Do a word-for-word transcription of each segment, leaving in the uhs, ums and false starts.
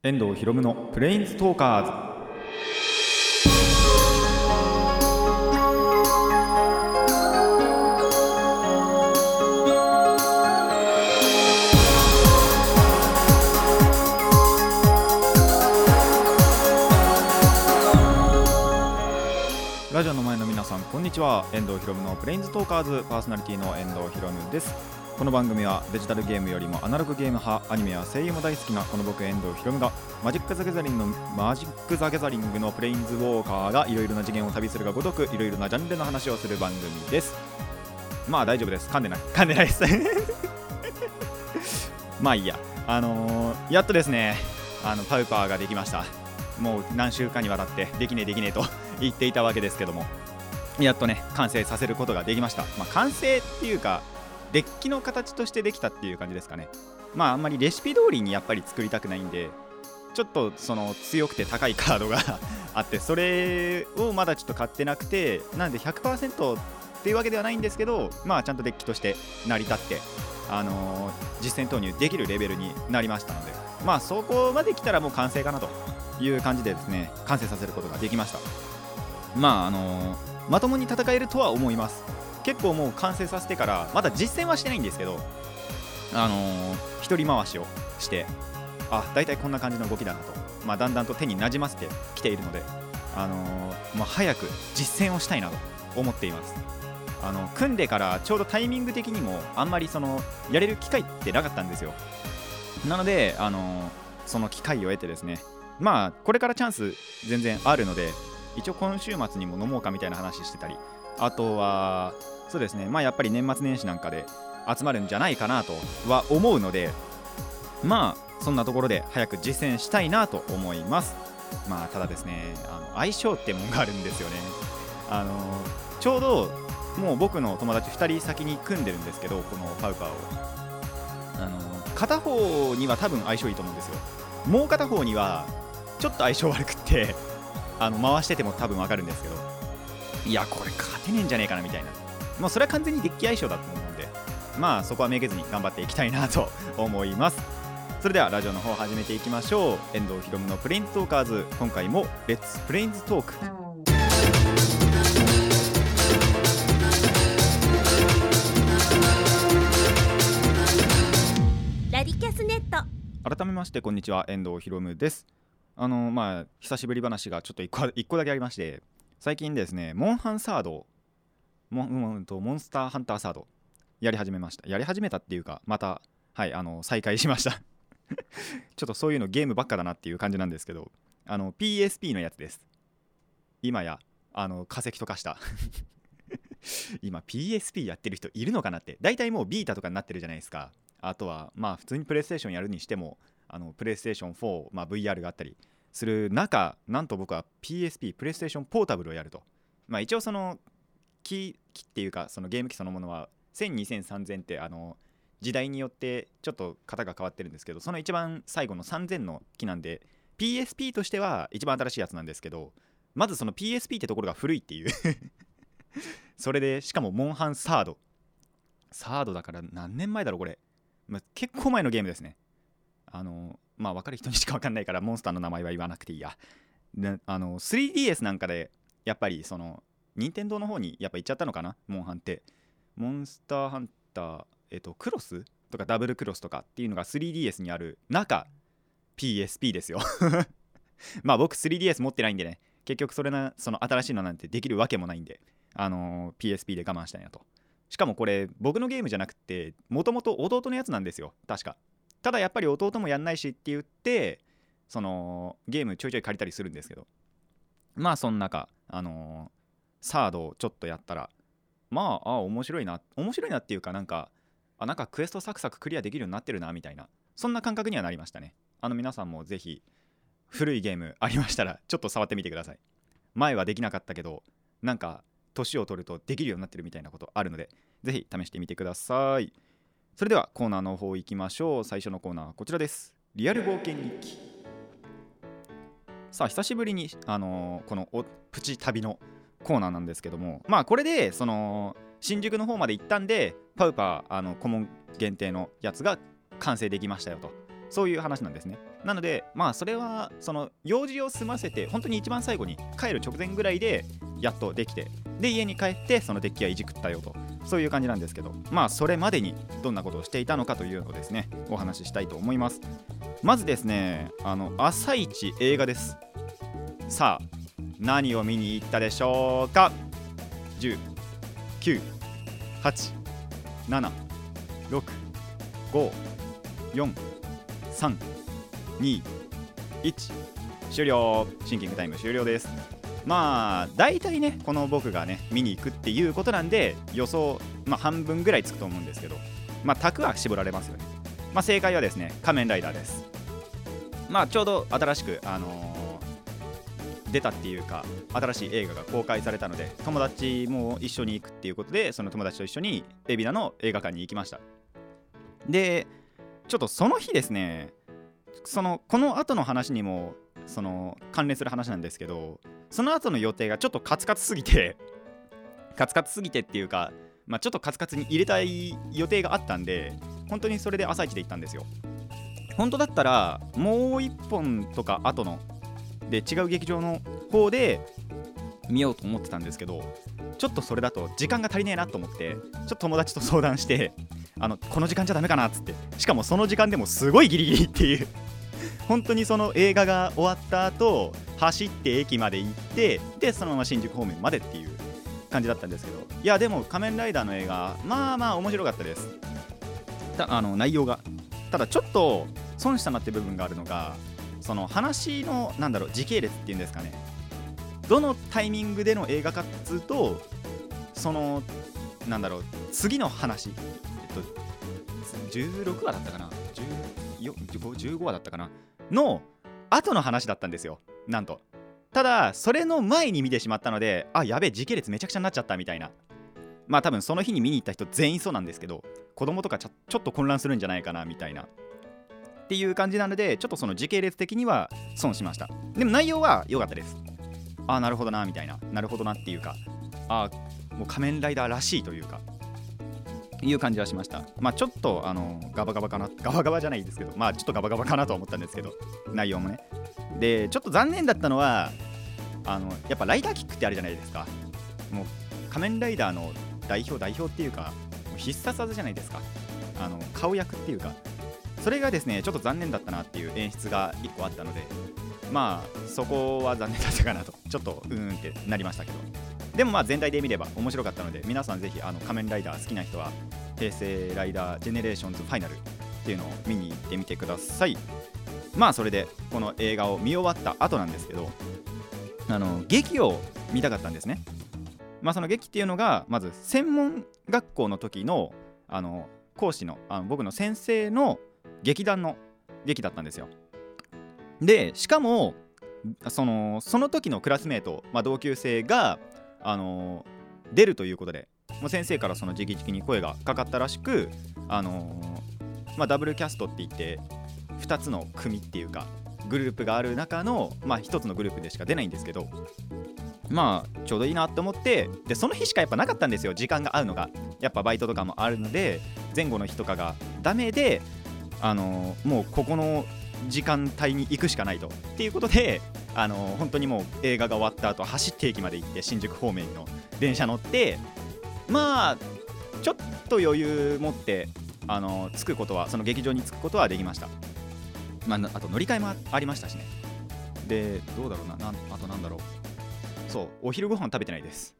遠藤ひろむのプレインズトーカーズ。ラジオの前の皆さん、こんにちは。遠藤ひろむのプレインズトーカーズパーソナリティの遠藤ひろむです。この番組はデジタルゲームよりもアナログゲーム派、アニメや声優も大好きなこの僕遠藤ひろむがマジック・ザ・ギャザリングのマジック・ザ・ギャザリングのプレインズウォーカーがいろいろな次元を旅するがごとくいろいろなジャンルの話をする番組です。まあ大丈夫です。噛んでない噛んでないですまあいいや。あのー、やっとですね、あのパウパーができました。もう何週間にわたってできねえできねえと言っていたわけですけども、やっとね完成させることができました。まあ完成っていうかデッキの形としてできたっていう感じですかね。まああんまりレシピ通りにやっぱり作りたくないんで、ちょっとその強くて高いカードがあって、それをまだちょっと買ってなくて、なんで ひゃくパーセント っていうわけではないんですけど、まあちゃんとデッキとして成り立って、あのー、実戦投入できるレベルになりましたので、まあそこまで来たらもう完成かなという感じでですね、完成させることができました。まああのー、まともに戦えるとは思います。結構もう完成させてからまだ実践はしてないんですけど、あのー、一人回しをして、あ、だいたいこんな感じの動きだなと、まあ、だんだんと手になじませてきているので、あのーまあ、早く実践をしたいなと思っています。あの組んでからちょうどタイミング的にもあんまりそのやれる機会ってなかったんですよ。なので、あのー、その機会を得てですね、まあこれからチャンス全然あるので、一応今週末にも飲もうかみたいな話してたり、あとはそうですね、まあやっぱり年末年始なんかで集まるんじゃないかなとは思うので、まあそんなところで早く実践したいなと思います。まあただですね、あの相性ってもんがあるんですよね。あのちょうどもう僕の友達ふたり先に組んでるんですけど、このパウパーをあの片方には多分相性いいと思うんですよ。もう片方にはちょっと相性悪くってあの回してても多分わかるんですけど、いやこれ勝てねえんじゃねえかなみたいな、もうそれは完全にデッキ相性だと思うんで、まあそこはめげずに頑張っていきたいなと思います。それではラジオの方始めていきましょう。遠藤ひろむのプレインズトーカーズ、今回もレッツプレインズトーク。 ラディキャスネット。 改めましてこんにちは、遠藤ひろむです。あのまあ久しぶり話がちょっといっこ、いっこだけありまして、最近ですね、モンハンサードモン、うん、モンスターハンターサードやり始めました。やり始めたっていうか、またはいあの再開しましたちょっとそういうのゲームばっかだなっていう感じなんですけど、あの ピーエスピー のやつです。今やあの化石と化した今 ピーエスピー やってる人いるのかなって。だいたいもうビータとかになってるじゃないですか。あとはまあ普通にプレイステーションやるにしても、あのプレイステーションフォー、まあ、ブイアール があったりする中、なんと僕は ピーエスピー プレイステーションポータブルをやると。まあ一応その機機っていうか、そのゲーム機そのものはせん、にせん、さんぜんってあの時代によってちょっと型が変わってるんですけど、その一番最後のさんぜんの機なんで ピーエスピー としては一番新しいやつなんですけど、まずその ピーエスピー ってところが古いっていうそれでしかもモンハンサードサードだから何年前だろうこれ、まあ、結構前のゲームですね。あのまあ分かる人にしか分かんないからモンスターの名前は言わなくていいや。であの スリーディーエス なんかでやっぱりその任天堂の方にやっぱ行っちゃったのかな、モンハンって。モンスターハンター、えっと、クロスとかダブルクロスとかっていうのが スリーディーエス にある中 ピーエスピー ですよまあ僕 スリーディーエス 持ってないんでね、結局それなその新しいのなんてできるわけもないんで、あのー、ピーエスピー で我慢したいなと。しかもこれ僕のゲームじゃなくて、もともと弟のやつなんですよ確か。ただやっぱり弟もやんないしって言って、そのゲームちょいちょい借りたりするんですけど、まあその中あのーサードをちょっとやったら、まああ面白いな面白いなっていうか、なんかあなんかクエストサクサククリアできるようになってるなみたいな、そんな感覚にはなりましたね。あの皆さんもぜひ古いゲームありましたらちょっと触ってみてください。前はできなかったけど、なんか年を取るとできるようになってるみたいなことあるので、ぜひ試してみてください。それではコーナーの方行きましょう。最初のコーナーはこちらです。リアル冒険日記。さあ久しぶりに、あのー、このおプチ旅のコーナーなんですけども、まあこれでその新宿の方まで行ったんで、パウパーあの顧問限定のやつが完成できましたよと。 そういう話なんですね。なのでまあそれはその用事を済ませて本当に一番最後に帰る直前ぐらいでやっとできて、で家に帰ってそのデッキはいじくったよと、そういう感じなんですけど、まあそれまでにどんなことをしていたのかというのをですねお話ししたいと思います。まずですね、あの朝一映画です。さあ何を見に行ったでしょうか。じゅう、きゅう、はち、なな、ろく、ご、よん、さん、に、いち終了。シンキングタイム終了です。まあ大体ねこの僕がね見に行くっていうことなんで予想、まあ、半分ぐらいつくと思うんですけど、まあ択は絞られますよね。まあ正解はですね仮面ライダーです。まあちょうど新しくあのー、出たっていうか新しい映画が公開されたので友達も一緒に行くっていうことで、その友達と一緒に海老名の映画館に行きました。でちょっとその日ですね、そのこの後の話にもその関連する話なんですけど、その後の予定がちょっとカツカツすぎてカツカツすぎてっていうか、まあ、ちょっとカツカツに入れたい予定があったんで、本当にそれで朝一で行ったんですよ。本当だったらもう一本とか後ので違う劇場の方で見ようと思ってたんですけど、ちょっとそれだと時間が足りねえなと思って、ちょっと友達と相談してあのこの時間じゃダメかなっつって、しかもその時間でもすごいギリギリっていう本当にその映画が終わった後走って駅まで行って、でそのまま新宿方面までっていう感じだったんですけど、いやでも仮面ライダーの映画まあまあ面白かったです。たあの内容がただちょっと損したなって部分があるのが、その話のなんだろう時系列っていうんですかね、どのタイミングでの映画かっつうと、そのなんだろう次の話、えっとじゅうろくわだったかな、じゅうよん、じゅうごわだったかなの後の話だったんですよ、なんと。ただそれの前に見てしまったので、あやべえ時系列めちゃくちゃになっちゃったみたいな、まあ多分その日に見に行った人全員そうなんですけど、子供とかちょ、ちょっと混乱するんじゃないかなみたいなっていう感じなので、ちょっとその時系列的には損しました。でも内容は良かったです。あなるほどなみたいな、なるほどなっていうか、あもう仮面ライダーらしいというかいう感じはしました。まあちょっとあのガバガバかな、ガバガバじゃないですけど、まあちょっとガバガバかなと思ったんですけど、内容もね。でちょっと残念だったのは、あのやっぱライダーキックってあるじゃないですか。もう仮面ライダーの代表代表っていうかもう必殺技じゃないですか。あの顔役っていうか、それがですねちょっと残念だったなっていう演出がいっこあったので、まあそこは残念だったかなとちょっとうーんってなりましたけど、でもまあ全体で見れば面白かったので、皆さんぜひあの仮面ライダー好きな人は平成ライダージェネレーションズファイナルっていうのを見に行ってみてください。まあそれでこの映画を見終わった後なんですけど、あの劇を見たかったんですね。まあその劇っていうのがまず専門学校の時のあの講師の、あの僕の先生の劇団の劇だったんですよ。でしかもそのその時のクラスメート、まあ、同級生があの出るということで、もう先生からその直々に声がかかったらしく、あのまあ、ダブルキャストって言ってふたつの組っていうかグループがある中の、まあ、ひとつのグループでしか出ないんですけど、まあちょうどいいなと思って、でその日しかやっぱなかったんですよ、時間が合うのが。やっぱバイトとかもあるので前後の日とかがダメで、あのもうここの時間帯に行くしかないとっていうことで、あの本当にもう映画が終わった後走って駅まで行って新宿方面の電車乗って、まあちょっと余裕持ってあの着くことは、その劇場に着くことはできました。まあ、あと乗り換えもありましたしね。でどうだろうな、なんあとなんだろう、そうお昼ご飯食べてないです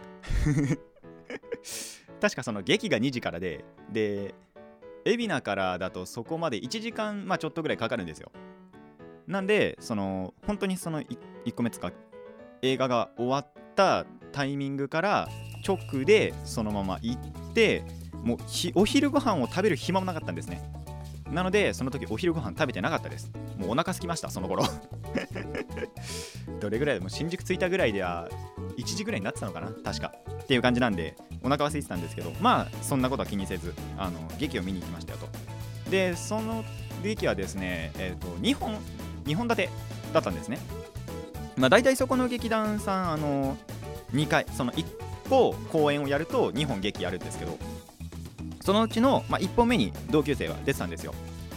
確かその劇がにじからで、で海老名からだとそこまでいちじかん、まあ、ちょっとぐらいかかるんですよ。なんでその本当にそのいっこめつか映画が終わったタイミングから直でそのまま行って、もうお昼ご飯を食べる暇もなかったんですね。なのでその時お昼ご飯食べてなかったです。もうお腹空きました、その頃どれぐらいでも新宿着いたぐらいではいちじぐらいになってたのかな確かっていう感じなんで、お腹は空いてたんですけど、まあそんなことは気にせずあの劇を見に行きましたよと。でその劇はですね、えー、とにほんにほん立てだったんですね。まあ大体そこの劇団さんあのにかい、そのいっこ公演をやるとにほん劇やるんですけど、そのうちの、まあ、いっぽんめに同級生は出てたんですよ。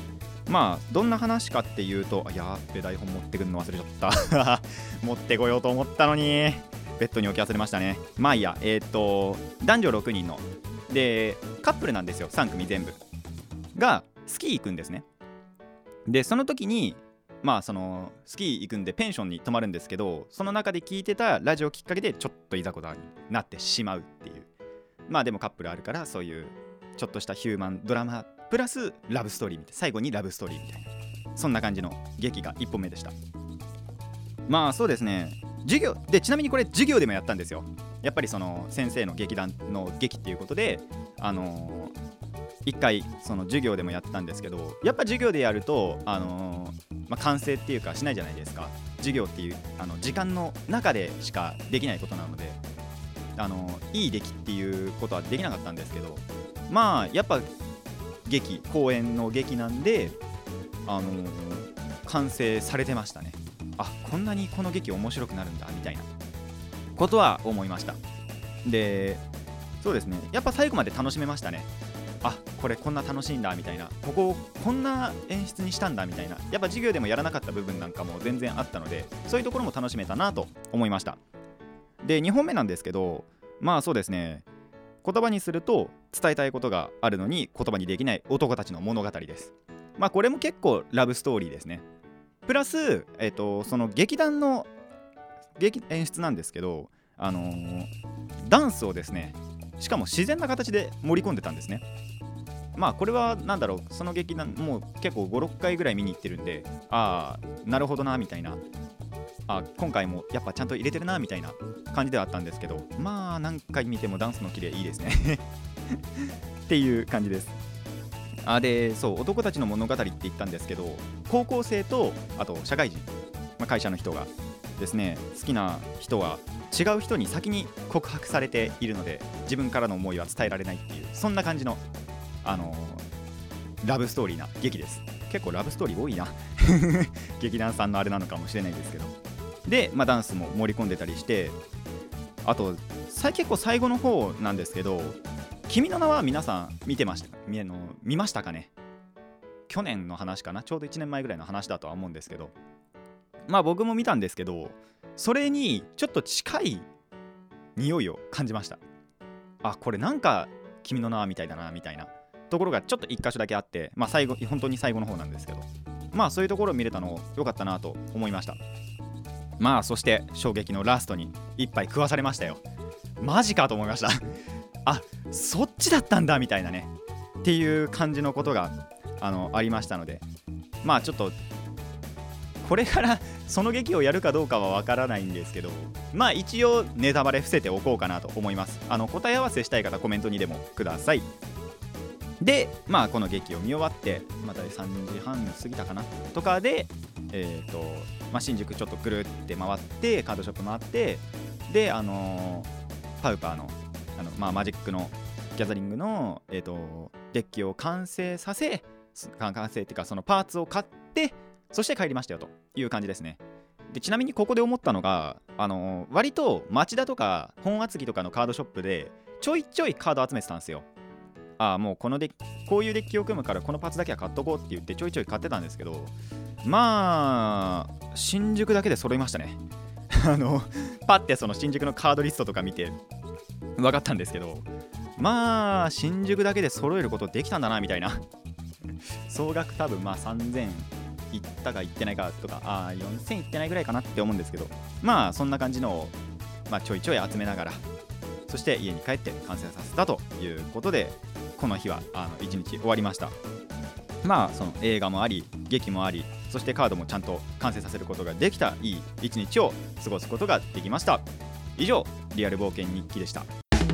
まあどんな話かっていうと、やっべ台本持ってくるの忘れちゃった持ってこようと思ったのにベッドに置き忘れましたね。まあいいや、えっ、ー、と男女ろくにんのでカップルなんですよ。さん組全部がスキー行くんですね。でその時にまあそのスキー行くんでペンションに泊まるんですけど、その中で聞いてたラジオきっかけでちょっといざこざになってしまうっていう。まあでもカップルあるからそういうちょっとしたヒューマンドラマプラスラブストーリーみたいな、最後にラブストーリーみたいな、そんな感じの劇がいっぽんめでした。まあそうですね、授業で、ちなみにこれ授業でもやったんですよ。やっぱりその先生の劇団の劇っていうことであのー、一回その授業でもやったんですけど、やっぱ授業でやるとあのー、まあ、完成っていうかしないじゃないですか。授業っていうあの時間の中でしかできないことなので、あのー、いい出来っていうことはできなかったんですけど、まあやっぱ劇公演の劇なんで、あのー、完成されてましたね。あ、こんなにこの劇面白くなるんだみたいなことは思いました。でそうですね、やっぱ最後まで楽しめましたね。あ、これこんな楽しいんだみたいな、こここんな演出にしたんだみたいな、やっぱ授業でもやらなかった部分なんかも全然あったので、そういうところも楽しめたなと思いました。でにほんめなんですけど、まあそうですね、言葉にすると伝えたいことがあるのに言葉にできない男たちの物語です。まあこれも結構ラブストーリーですね。プラス、えーと、その劇団の劇演出なんですけど、あのー、ダンスをですね、しかも自然な形で盛り込んでたんですね。まあこれはなんだろう、その劇団もう結構ごろっかいぐらい見に行ってるんで、ああなるほどなみたいな、あ今回もやっぱちゃんと入れてるなみたいな感じではあったんですけど、まあ何回見てもダンスのキレいいですねっていう感じです。あでそう男たちの物語って言ったんですけど、高校生とあと社会人、まあ、会社の人がですね、好きな人は違う人に先に告白されているので、自分からの思いは伝えられないっていう、そんな感じの、あのー、ラブストーリーな劇です。結構ラブストーリー多いな劇団さんのあれなのかもしれないですけど、で、まあ、ダンスも盛り込んでたりして、あと結構最後の方なんですけど、君の名は皆さん見てましたか？ 見, の見ましたかね。去年の話かな、ちょうどいちねんまえぐらいの話だとは思うんですけど、まあ僕も見たんですけど、それにちょっと近い匂いを感じました。あ、これなんか君の名はみたいだなみたいなところがちょっと一箇所だけあって、まあ最後本当に最後の方なんですけど、まあそういうところを見れたの良かったなと思いました。まあそして衝撃のラストに一杯食わされましたよ。マジかと思いましたあ、そっちだったんだみたいなねっていう感じのことが あのありましたので、まあちょっとこれからその劇をやるかどうかはわからないんですけど、まあ一応ネタバレ伏せておこうかなと思います。あの答え合わせしたい方コメントにでもください。でまあこの劇を見終わってまたさんじはん過ぎたかなとかで、えーとまあ、新宿ちょっとぐるって回ってカードショップ回って、であのー、パウパーのあの、まあ、マジックのギャザリングの、えーとデッキを完成させ、完成っていうかそのパーツを買って、そして帰りましたよという感じですね。でちなみにここで思ったのが、あのー、割と町田とか本厚木とかのカードショップでちょいちょいカード集めてたんですよ。ああもうこのデッキこういうデッキを組むからこのパーツだけは買っとこうって言ってちょいちょい買ってたんですけど、まあ新宿だけで揃いましたねあのパッてその新宿のカードリストとか見て分かったんですけど、まあ新宿だけで揃えることできたんだなみたいな総額多分まあさんぜんいったかいってないかとか、あよんせんいってないぐらいかなって思うんですけど、まあそんな感じのを、まあ、ちょいちょい集めながら、そして家に帰って完成させたということで、この日はあのいちにち終わりました。まあその映画もあり劇もあり、そしてカードもちゃんと完成させることができたいい一日を過ごすことができました。以上リアル冒険日記でした。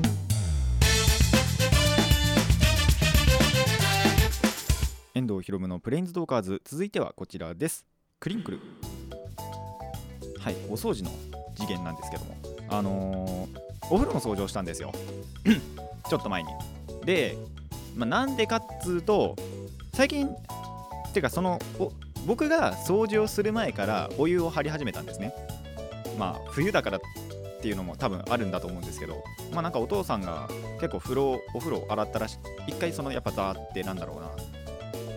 遠藤ひろむのプレインズトーカーズ、続いてはこちらです。クリンクル。はい、お掃除の次元なんですけども、あのー、お風呂の掃除をしたんですよちょっと前に。で、まあ、なんでかっつうと、最近てかその僕が掃除をする前からお湯を張り始めたんですね。まあ冬だからっていうのも多分あるんだと思うんですけど、まあなんかお父さんが結構風呂お風呂洗ったらしい。一回そのやっぱザーってなんだろうな、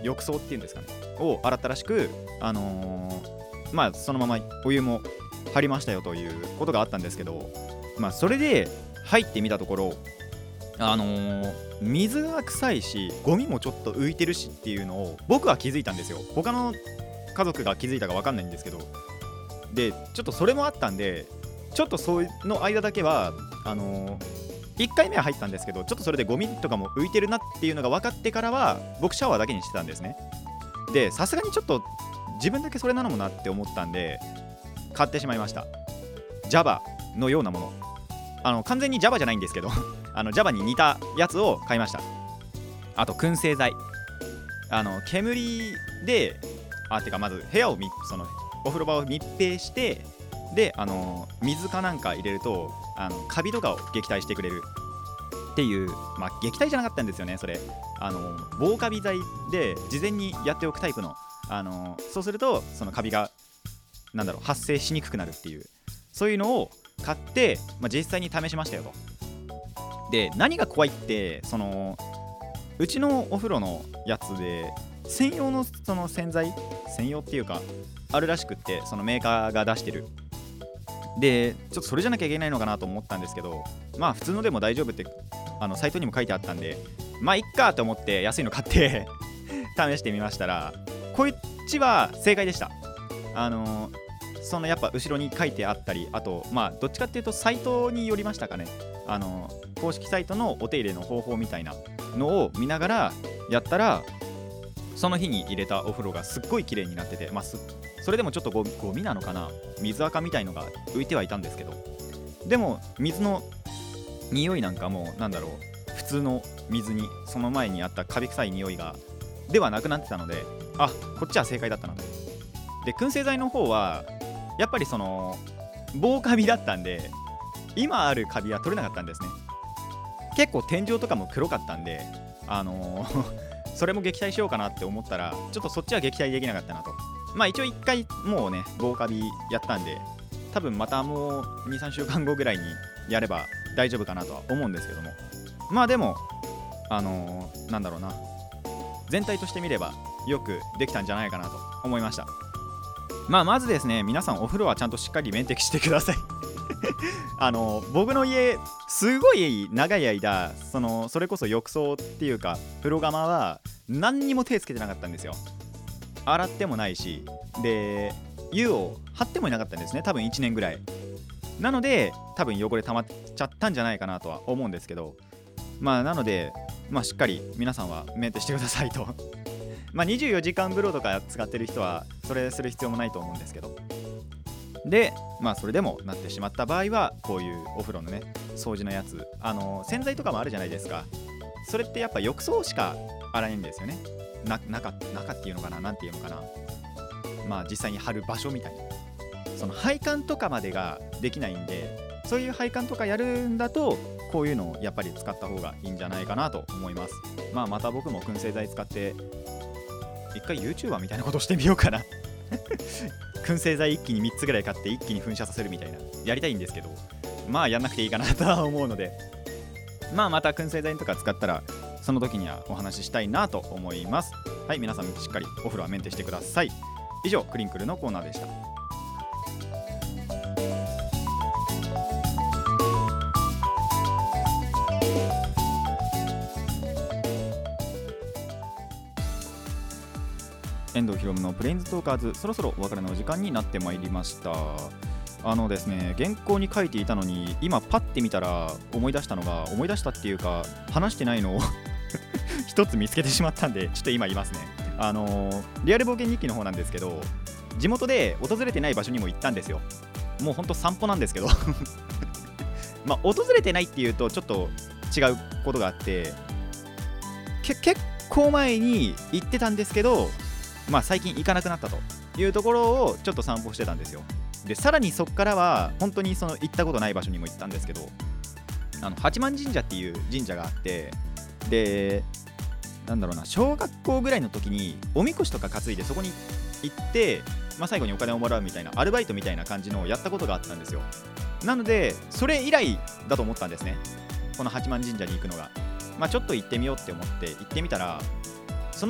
浴槽っていうんですかねを洗ったらしく、あのー、まあそのままお湯も張りましたよということがあったんですけど、まあそれで入ってみたところ、あのー、水が臭いしゴミもちょっと浮いてるしっていうのを僕は気づいたんですよ。他の家族が気づいたか分かんないんですけど、でちょっとそれもあったんで、ちょっとその間だけはあのー、いっかいめは入ったんですけど、ちょっとそれでゴミとかも浮いてるなっていうのが分かってからは僕シャワーだけにしてたんですね。でさすがにちょっと自分だけそれなのもなって思ったんで買ってしまいました。 Java のようなもの、あの完全に Java じゃないんですけどあの Java に似たやつを買いました。あと燻製剤、あの煙で、あてかまず部屋をみそのお風呂場を密閉して、であの水かなんか入れるとあのカビとかを撃退してくれるっていう、まあ撃退じゃなかったんですよねそれ、あの防カビ剤で事前にやっておくタイプの、あのそうするとそのカビがなんだろう発生しにくくなるっていう、そういうのを買って、まあ、実際に試しましたよと。で何が怖いって、そのうちのお風呂のやつで専用のその洗剤、専用っていうかあるらしくって、そのメーカーが出してる。でちょっとそれじゃなきゃいけないのかなと思ったんですけど、まあ普通のでも大丈夫ってあのサイトにも書いてあったんで、まあいっかと思って安いの買って試してみましたら、こっちは正解でした。あのそのやっぱ後ろに書いてあったり、あとまあどっちかっていうとサイトによりましたかね、あの公式サイトのお手入れの方法みたいなのを見ながらやったら、その日に入れたお風呂がすっごい綺麗になってて、まあ、それでもちょっとゴミ、ゴミなのかな、水垢みたいのが浮いてはいたんですけど、でも水の匂いなんかもなんだろう、普通の水にその前にあったカビ臭い匂いがではなくなってたので、あ、こっちは正解だったなと。で燻製剤の方はやっぱりその防カビだったんで、今あるカビは取れなかったんですね。結構天井とかも黒かったんで、あのーそれも撃退しようかなって思ったら、ちょっとそっちは撃退できなかったなと。まあ一応いっかいもうね防カビやったんで、多分またもう にさんしゅうかんごぐらいにやれば大丈夫かなとは思うんですけども、まあでもあのー、なんだろうな、全体として見ればよくできたんじゃないかなと思いました。まあまずですね、皆さんお風呂はちゃんとしっかりメンテしてくださいあの僕の家すごい長い間、そのそれこそ浴槽っていうか風呂釜は何にも手つけてなかったんですよ。洗ってもないし、で湯を張ってもいなかったんですね、多分いちねんぐらい。なので多分汚れ溜まっちゃったんじゃないかなとは思うんですけど、まあなので、まあ、しっかり皆さんはメンテしてくださいとまあにじゅうよじかん風呂とか使ってる人はそれする必要もないと思うんですけど、でまあそれでもなってしまった場合はこういうお風呂のね掃除のやつ、あの洗剤とかもあるじゃないですか。それってやっぱ浴槽しか洗えないんですよね。な中中っていうのかな、なんていうのかな、まあ実際に貼る場所みたいな、その配管とかまでができないんで、そういう配管とかやるんだとこういうのをやっぱり使った方がいいんじゃないかなと思います。まあまた僕も燻製剤使って一回 YouTuber みたいなことしてみようかな燻製剤一気にみっつぐらい買って一気に噴射させるみたいなやりたいんですけど、まあやんなくていいかなとは思うので、まあまた燻製剤とか使ったらその時にはお話ししたいなと思います。はい、皆さんしっかりお風呂はメンテしてください。以上クリンクルのコーナーでした。遠藤ひろむのプレインズトーカーズ、そろそろお別れのお時間になってまいりました。あのですね、原稿に書いていたのに今パッて見たら思い出したのが、思い出したっていうか話してないのを一つ見つけてしまったんで、ちょっと今言いますね。あのー、リアル冒険日記の方なんですけど、地元で訪れてない場所にも行ったんですよ。もうほんと散歩なんですけどまあ訪れてないっていうとちょっと違うことがあって、け結構前に行ってたんですけど、まあ最近行かなくなったというところをちょっと散歩してたんですよ。でさらにそこからは本当にその行ったことない場所にも行ったんですけど、あの八幡神社っていう神社があって、でなんだろうな、小学校ぐらいの時におみこしとか担いでそこに行って、まあ、最後にお金をもらうみたいなアルバイトみたいな感じのをやったことがあったんですよ。なのでそれ以来だと思ったんですね、この八幡神社に行くのが。まあちょっと行ってみようって思って行ってみたら、その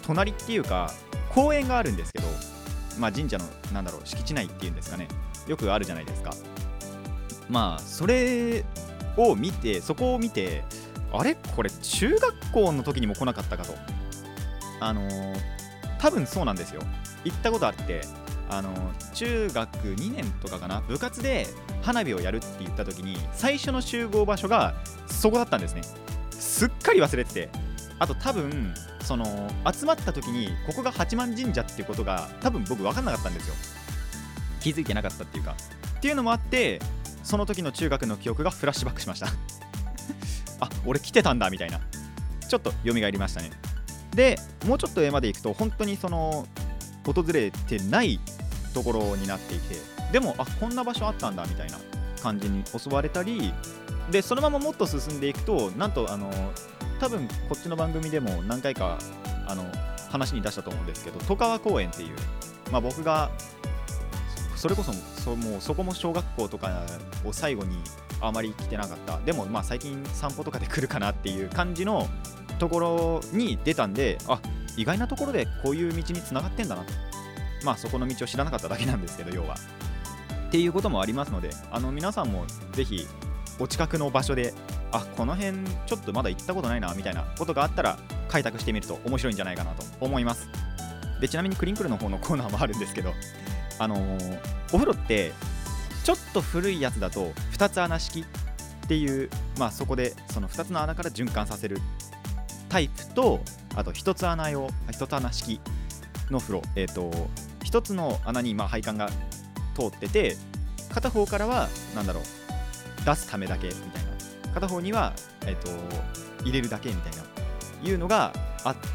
隣っていうか公園があるんですけど、まあ神社のなんだろう敷地内っていうんですかね、よくあるじゃないですか。まあそれを見てそこを見て、あれこれ中学校の時にも来なかったかと。あのー、多分そうなんですよ。行ったことあって、あのー、中学にねんとかかな、部活で花火をやるって言った時に最初の集合場所がそこだったんですね。すっかり忘れてて、あと多分その集まった時にここが八幡神社っていうことが多分僕分かんなかったんですよ。気づいてなかったっていうかっていうのもあって、その時の中学の記憶がフラッシュバックしましたあ、俺来てたんだみたいな、ちょっと蘇りましたね。でもうちょっと上まで行くと本当にその訪れてないところになっていて、でもあこんな場所あったんだみたいな感じに襲われたりで、そのままもっと進んでいくと、なんとあの多分こっちの番組でも何回かあの話に出したと思うんですけど、戸川公園っていう、まあ、僕がそれこそ そ, もうそこも小学校とかを最後にあまり来てなかった、でもまあ最近散歩とかで来るかなっていう感じのところに出たんで、あ意外なところでこういう道に繋がってんだなと。まあそこの道を知らなかっただけなんですけど、要はっていうこともありますので、あの皆さんもぜひお近くの場所で、あこの辺ちょっとまだ行ったことないなみたいなことがあったら開拓してみると面白いんじゃないかなと思います。でちなみにクリンクルの方のコーナーもあるんですけど、あのー、お風呂ってちょっと古いやつだとふたつ穴式っていう、まあそこでそのふたつの穴から循環させるタイプと、あとひとつ穴用ひとつ穴式の風呂、えっとひとつの穴にまあ配管が通ってて、片方からはなんだろう出すためだけみたいな、片方にはえっと入れるだけみたいないうのがあって、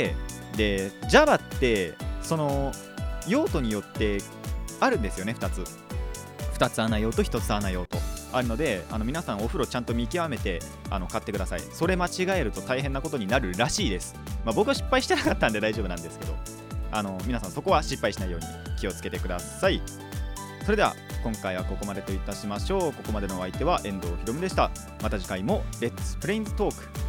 で Java ってその用途によってあるんですよね。ふたつふたつ穴用とひとつ穴用とあるので、あの皆さんお風呂ちゃんと見極めてあの買ってください。それ間違えると大変なことになるらしいです。まあ、僕は失敗してなかったんで大丈夫なんですけど、あの皆さんそこは失敗しないように気をつけてください。それでは今回はここまでといたしましょう。ここまでのお相手は遠藤ひろむでした。また次回もレッツプレインズトーク